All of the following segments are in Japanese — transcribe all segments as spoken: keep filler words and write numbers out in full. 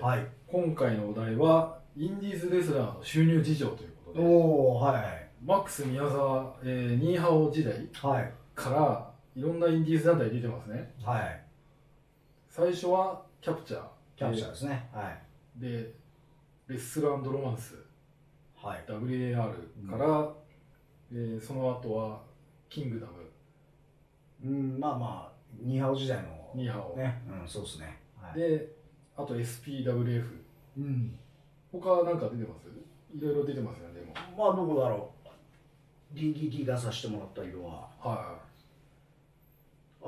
はい、 今回のお題はインディーズレスラーの収入事情ということで、 おー、はい、 マックス宮沢、えー、ニーハオ時代はい、 からいろんなインディーズ団体出てますね。 はい、 最初はキャプチャー、 キャプチャーですね。はい。 でレッスル&ロマンス、 はい、 ダブリューエーアール から、うんえー、その後はキングダム、 うん、まあまあニーハオ時代のニーハオ、 ね、うん、そうですね。 はい、であと エスピーダブリューエフ、 うん、 他なんか出てます？いろいろ出てますよね。でもまあどこだろう、 ディーディーティー 出させてもらったりとか、 はい、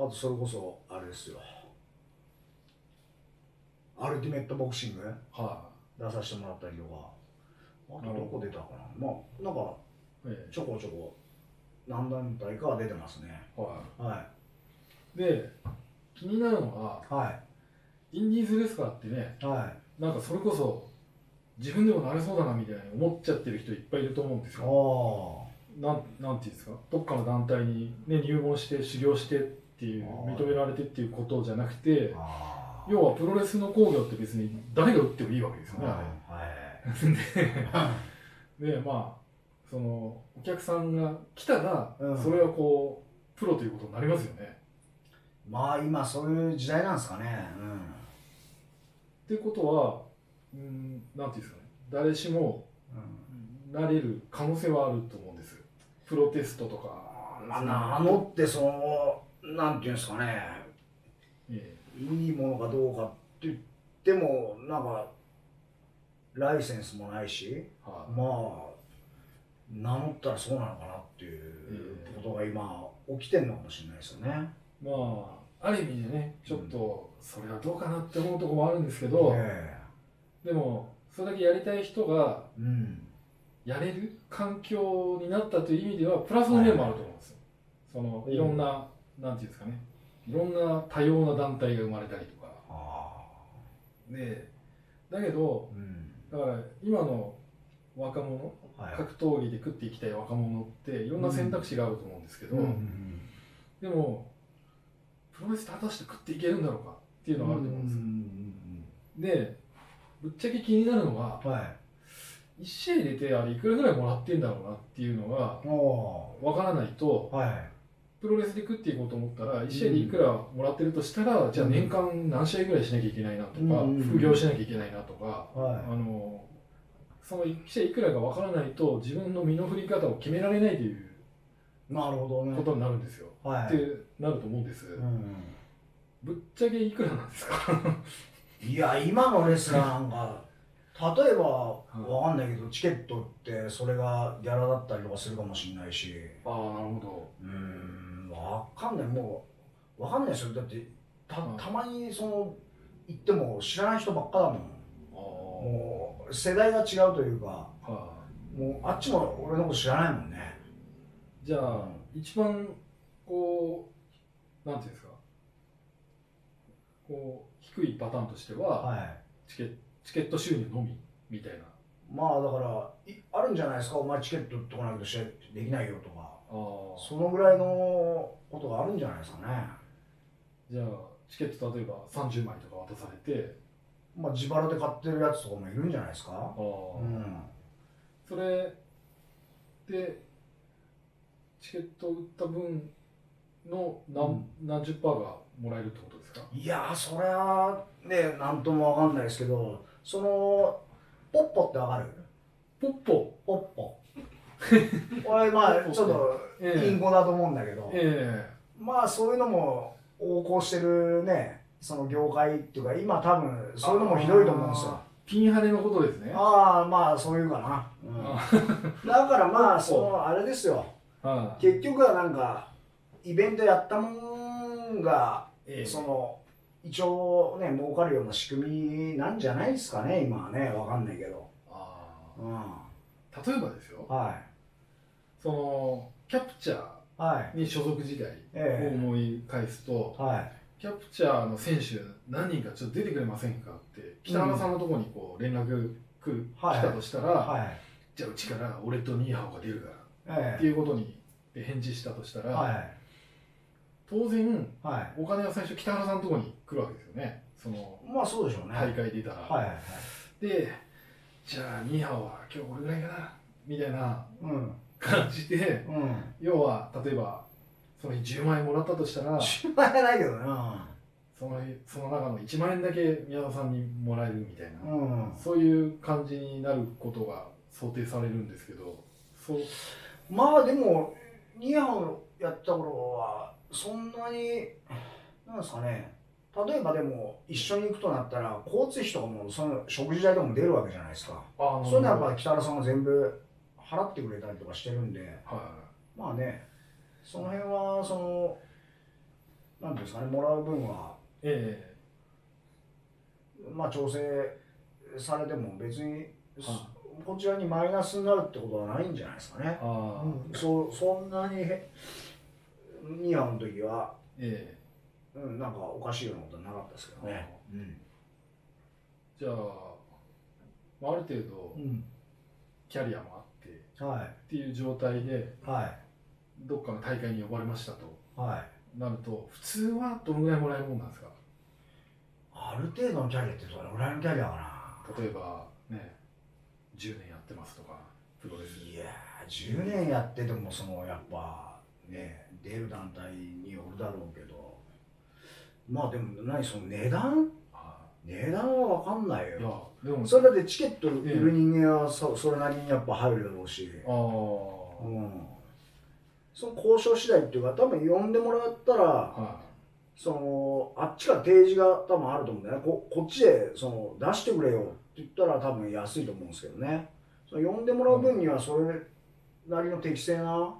あとそれこそあれですよ、アルティメットボクシング、 はい、 出させてもらったりとか、あとどこ出たかな、まあなんかちょこちょこ何団体かは出てますね。 はい、 はい、 で気になるのが、はい、インディーズレスラーってね、はい、なんかそれこそ自分でもなれそうだなみたいに思っちゃってる人いっぱいいると思うんですよ。なんなんていうんですか、どっかの団体に、ね、入門して修行してっていう認められてっていうことじゃなくて、要はプロレスの興行って別に誰が打ってもいいわけですよね、あれ。で、でまあそのお客さんが来たら、うん、それはこうプロということになりますよね。 まあ今そういう時代なんですかね。うん、 っていうことは、うん、なんていうんですかね、誰しもなれる可能性はあると思うんです。プロテストとか。 まあ、名乗ってそのなんていうんですかね、ええ、いいものかどうかって言ってもなんかライセンスもないし、はあ、まあ名乗ったらそうなのかなっていうことが今起きてるのかもしれないですよね。 まあある意味でね、ちょっとそれはどうかなって思うところもあるんですけど、ええ、でもそれだけやりたい人がやれる環境になったという意味ではプラスの面もあると思うんですよ。そのいろんな、なんていうんですかね、いろんな多様な団体が生まれたりとか。でだけど、うん、だから今の若者、はい、格闘技で食っていきたい若者っていろんな選択肢があると思うんですけど、うんうんうん、でもプロレスって果たして食っていけるんだろうかっていうのがあると思うんですよ。うんうんうん、でぶっちゃけ気になるのは、はい、いち試合入れてあれいくらぐらいもらってんだろうなっていうのが分からないと、はい、プロレスで食っていこうと思ったらいち試合でいくらもらってるとしたら、うん、じゃあ年間何試合ぐらいしなきゃいけないなとか、うん、副業しなきゃいけないなとか、はい、あのそのいち試合いくらが分からないと自分の身の振り方を決められないということになるんですよ。はい、ってなると思うんです。うん、ぶっちゃけいくらなんですか？ いや今のレスラーなんか例えばわかんないけどチケットってそれがギャラだったりとかするかもしれないし、 ああなるほど、 うーんわかんない、もうわかんないですよ。だってたたまにその行っても知らない人ばっかだもん。もう世代が違うというか、はあ、もうあっちも俺のこと知らないもんね。 じゃあ、うん、一番こうなんていうんですか、こう低いパターンとしては、はい、チケ、チケット収入のみみたいな。 まあだからあるんじゃないですか、お前チケット取らないと試合できないよとか、あそのぐらいのことがあるんじゃないですかね。 じゃあチケット例えばさんじゅうまいとか渡されて、 まあ自腹で買ってるやつとかもいるんじゃないですか。あ、うん、 それでチケット売った分の 何,、うん、何十パーがもらえるってことですか？ いやーそれはね何とも分かんないですけど、そのポッポってわかる？ ポッポポッポこれまあちょっと隠語だと思うんだけど、えー、まあそういうのも横行してるね、その業界っていうか今多分そういうのもひどいと思うんですよ。 ピンハネのことですね。 ああまあそういうかな、うん、だからまあそのあれですよ、結局はなんかイベントやったもんが、ええ、その一応ね儲かるような仕組みなんじゃないですかね今はね、わかんないけど。あ、 うん、例えばですよ、はい、そのキャプチャーに所属時代を思い返すと、はい、キャプチャーの選手何人かちょっと出てくれませんかって北原さんのところにこう連絡来る、はい、来たとしたら、はい、じゃあうちから俺とニーハオが出るから、はい、っていうことに返事したとしたら、はい、当然、はい、お金は最初北原さんのところに来るわけですよね。 そのまあそうでしょうね、 大会出たら、 はいはいはい、 でじゃあニーハオは今日これぐらいかなみたいなうん感じで、うん、要は例えばその日じゅうまんえんもらったとしたらじゅうまんえんないけどな、 そのその中のいちまんえんだけ宮田さんにもらえるみたいな、うん、そういう感じになることが想定されるんですけど、そうまあでもニーハオやった頃はそんなになんですかね、例えばでも一緒に行くとなったら交通費とかもその食事代でも出るわけじゃないですか。あ、そういうのはやっぱ北原さんが全部払ってくれたりとかしてるんで、はい、まあね、その辺はそのなんていうんですかね、もらう分は、ええ、まあ調整されても別に、はあ、こちらにマイナスになるってことはないんじゃないですかね。あ、うん、そ, そんなにニーハオの時は、ええ、うん、なんかおかしいようなことはなかったですけどね。うん、 じゃあ、ある程度、うん、キャリアもあって、はい、っていう状態で、はい、どっかの大会に呼ばれましたと、はい、なると普通はどのぐらいもらえるもんなんですか？ ある程度のキャリアってどのぐらいのキャリアかな。 例えばね、じゅうねんやってますとか、プロレス。 いやー、じゅうねんやっててもそのやっぱね、出る団体によるだろうけど、まあでも何その値段値段は分かんないよ。いやでもそれだってチケット売る人間は そ, それなりにやっぱ入るだろうし、あ、うん、その交渉次第っていうか、多分呼んでもらったら、はい、そのあっちから提示が多分あると思うんだよね。 こ, こっちでその出してくれよって言ったら多分安いと思うんですけどね。その呼んでもらう分にはそれなりの適正な、はい、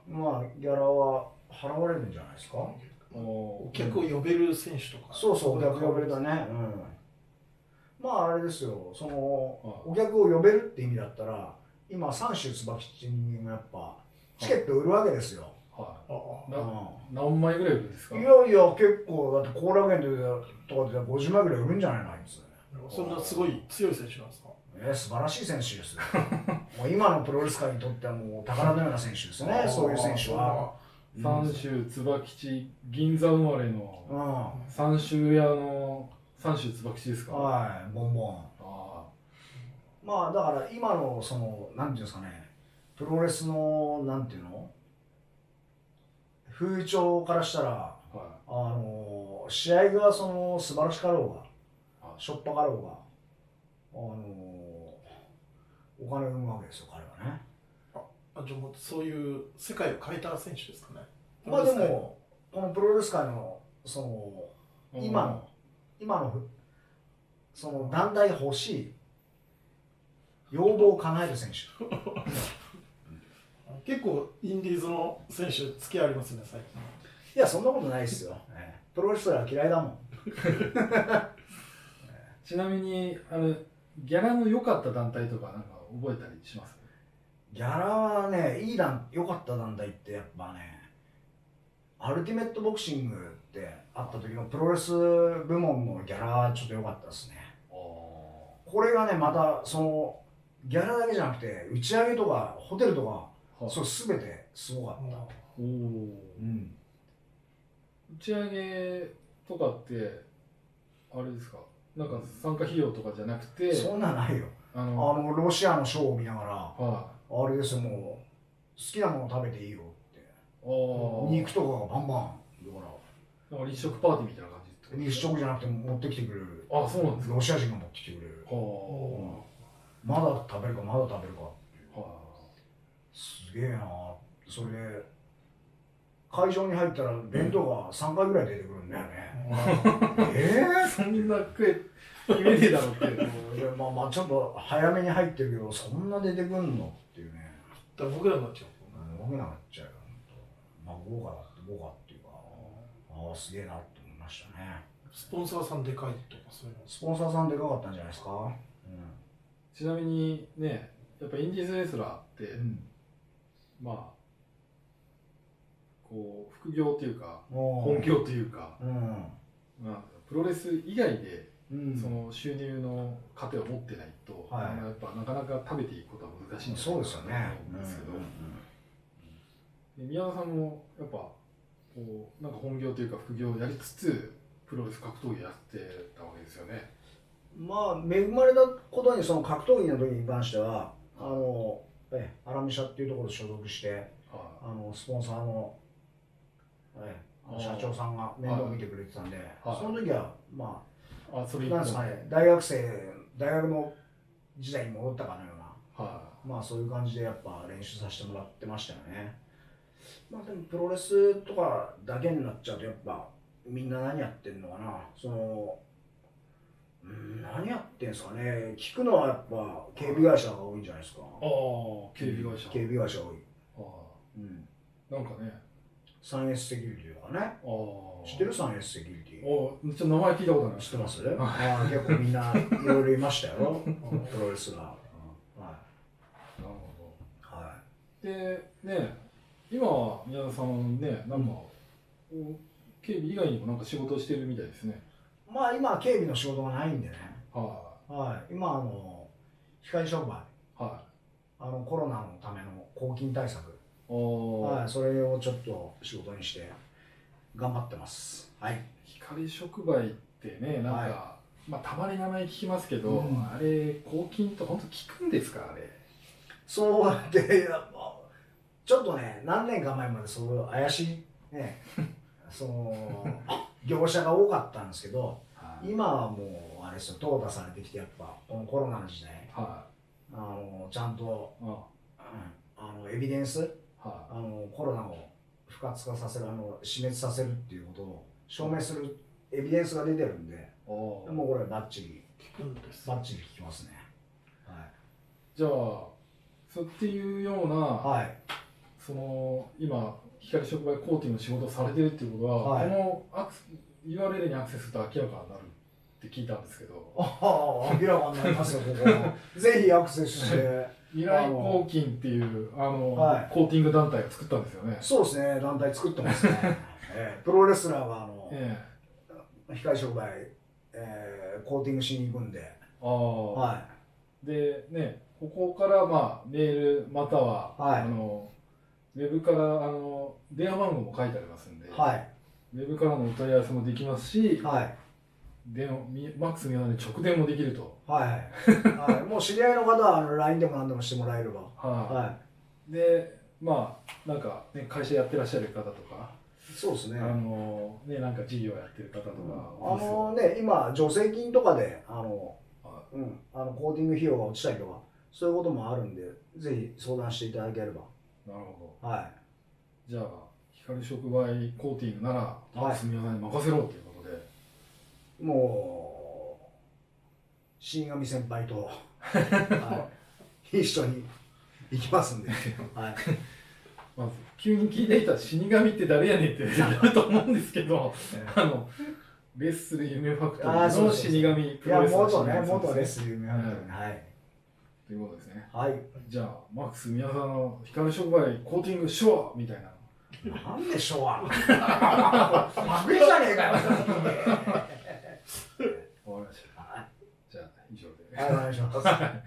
まあギャラは払われるんじゃないですか。 お客を呼べる選手とか、 うん、そうそう、お客呼べるだね、うん、まああれですよ、そのお客を呼べるって意味だったら今三州椿って人間がやっぱチケット売るわけですよ。はい、 ああ、何枚ぐらい売るんですか？ いやいや結構だって後楽園でとかでごじゅうまいぐらい売るんじゃないのあいつ。 そんなすごい強い選手なんですか？ えー、素晴らしい選手ですよもう今のプロレス界にとってはもう宝のような選手ですねそういう選手は。 三州椿吉銀座生まれの三州屋の三州椿吉ですか？ はい、ボンボン。あ、まあだから今のそのなんていうんですかね、プロレスのなんていうの風潮からしたら、はい、あの試合がその素晴らしかろうが、はい、しょっぱかろうが、あのお金を生むわけですよ彼はね。 あ、じゃあもうそういう世界を変えた選手ですかね。 まあでもこのプロレス界のその今の今のその団体が欲しい要望を叶える選手結構インディーズの選手付き合いありますね最近。 いやそんなことないですよ、ね、プロレスラーは嫌いだもんちなみにあのギャラの良かった団体とかなんか覚えたりします？ ギャラはね、いい団良かった団体ってやっぱね、アルティメットボクシングってあった時のプロレス部門のギャラはちょっと良かったですね。これがねまたそのギャラだけじゃなくて打ち上げとかホテルとか、はそれ全てすごかった。お、うん、 打ち上げとかってあれですか、なんか参加費用とかじゃなくて？ そんなないよ。あのあのロシアのショーを見ながら、はあ、あれですよ、もう好きなもの食べていいよって、肉とかがバンバンだから、なんか立食パーティーみたいな感じです。立食じゃなくて持ってきてくれる。 あ、そうなんですか。 ロシア人が持ってきてくれる。はあ、まだ食べるかまだ食べるかっていう、はあ、すげえな。それで会場に入ったら弁当がさんかいぐらい出てくるんだよね。 えー、そんな食え決めねえだろっていうまあまあちょっと早めに入ってるけどそんな出てくんのっていうね。 だから僕らになっちゃう。僕らになっちゃうよ。まあ豪華だって豪華っていうか、ああすげえなって思いましたね。 スポンサーさんでかいとかそういうの。 スポンサーさんでかかったんじゃないですか。うん、 ちなみにね、やっぱインディーズレスラーって、うん、まあこう副業というか本業というか、うん、まあプロレス以外でうん、その収入の糧を持ってないと、はい、やっぱなかなか食べていくことは難しいんじゃないかなと思うんですけど、宮田さんもやっぱこうなんか本業というか副業をやりつつプロレス格闘技やってたわけですよね。 まあ恵まれたことにその格闘技の時に関してはあのえアラミ社っていうところで所属して、はい、あのスポンサーの、え社長さんが面倒見てくれてたんで、はい、その時はまあ、あそれなんですかね、大学生大学の時代に戻ったかのような、はい、まあそういう感じでやっぱ練習させてもらってましたよね。まあでもプロレスとかだけになっちゃうとやっぱみんな何やってんのかな、そのうん、何やってんすかね。聞くのはやっぱ警備会社が多いんじゃないですか。ああ、警備会社。 警備会社多い。 ああ、うん。なんかね、 サンエスセキュリティとかね。ああ。知ってるサンエスセキュリティ。 おちょっと名前聞いたことない。 知ってます？ああ、結構みんないろいろいましたよ。プロレスが。はい。なるほど。はい。でね、今は宮田さんね、なんか、うん、警備以外にもなんか仕事をしてるみたいですね。 まあ今警備の仕事がないんでね。 はい、 はい。今あの光商売。はい。あのコロナのための抗菌対策。はい。それをちょっと仕事にして頑張ってます。はい。 光触媒ってね、なんか、はい、まあたまに名前聞きますけど、うん、あれ抗菌って本当効くんですかあれ？ そうでちょっとね何年か前までそういう怪しいねその業者が多かったんですけど、はい、今はもうあれですよ、淘汰されてきてやっぱこのコロナの時代、はい、あのちゃんと、うん、あのエビデンス、はい、あのコロナを不活化させる、あの死滅させるっていうことを証明するエビデンスが出てるんで、もうこれバッチリ効くんです。バッチリ効きますね。はい。 じゃあそうっていうような、はい、その今光触媒コーティングの仕事をされてるっていうことは、はい、このアク ユーアールエル にアクセスすると明らかになるって聞いたんですけど。 ああ、明らかになりますよ、ここ。ぜひアクセスして。 未来抗菌っていうあの、はい、コーティング団体を作ったんですよね。 そうですね、団体作ってますね。えー、プロレスラーがあの、えー、光触媒、えー、コーティングしに行くんで。あはい。でね、ここからまあメールまたは、はい、あのウェブからあの電話番号も書いてありますんで、はい、ウェブからのお問い合わせもできますし、はい、電話マックス宮田に直電もできると。 はい、はい、もう知り合いの方はあの ライン でも何でもしてもらえれば。はい、 はい、でまあなんか、ね、会社やってらっしゃる方とか、 そうですね、 あのねなんか事業やってる方とか、 うん、あのね今助成金とかであの、うん、あのコーティング費用が落ちたりとかそういうこともあるんで、ぜひ相談していただければ。 なるほど。はい。 じゃあ光触媒コーティングならマックス宮田に任せろということで、 もう死神先輩と、はい、一緒に行きますんで、はい、 まず急に聞いていた死神って誰やねんってなると思うんですけど、あのレッスル夢ファクトリーの死神プロレスの死神さんですね。いや元ね、元レッスル夢ファクトリー、はい。 ということですね。 はい。 じゃあマックス宮田の光触媒コーティングショアみたいな。 なんでショア？パクリじゃねえかよ。わかりました。 じゃあ以上で。 はい、お願いします。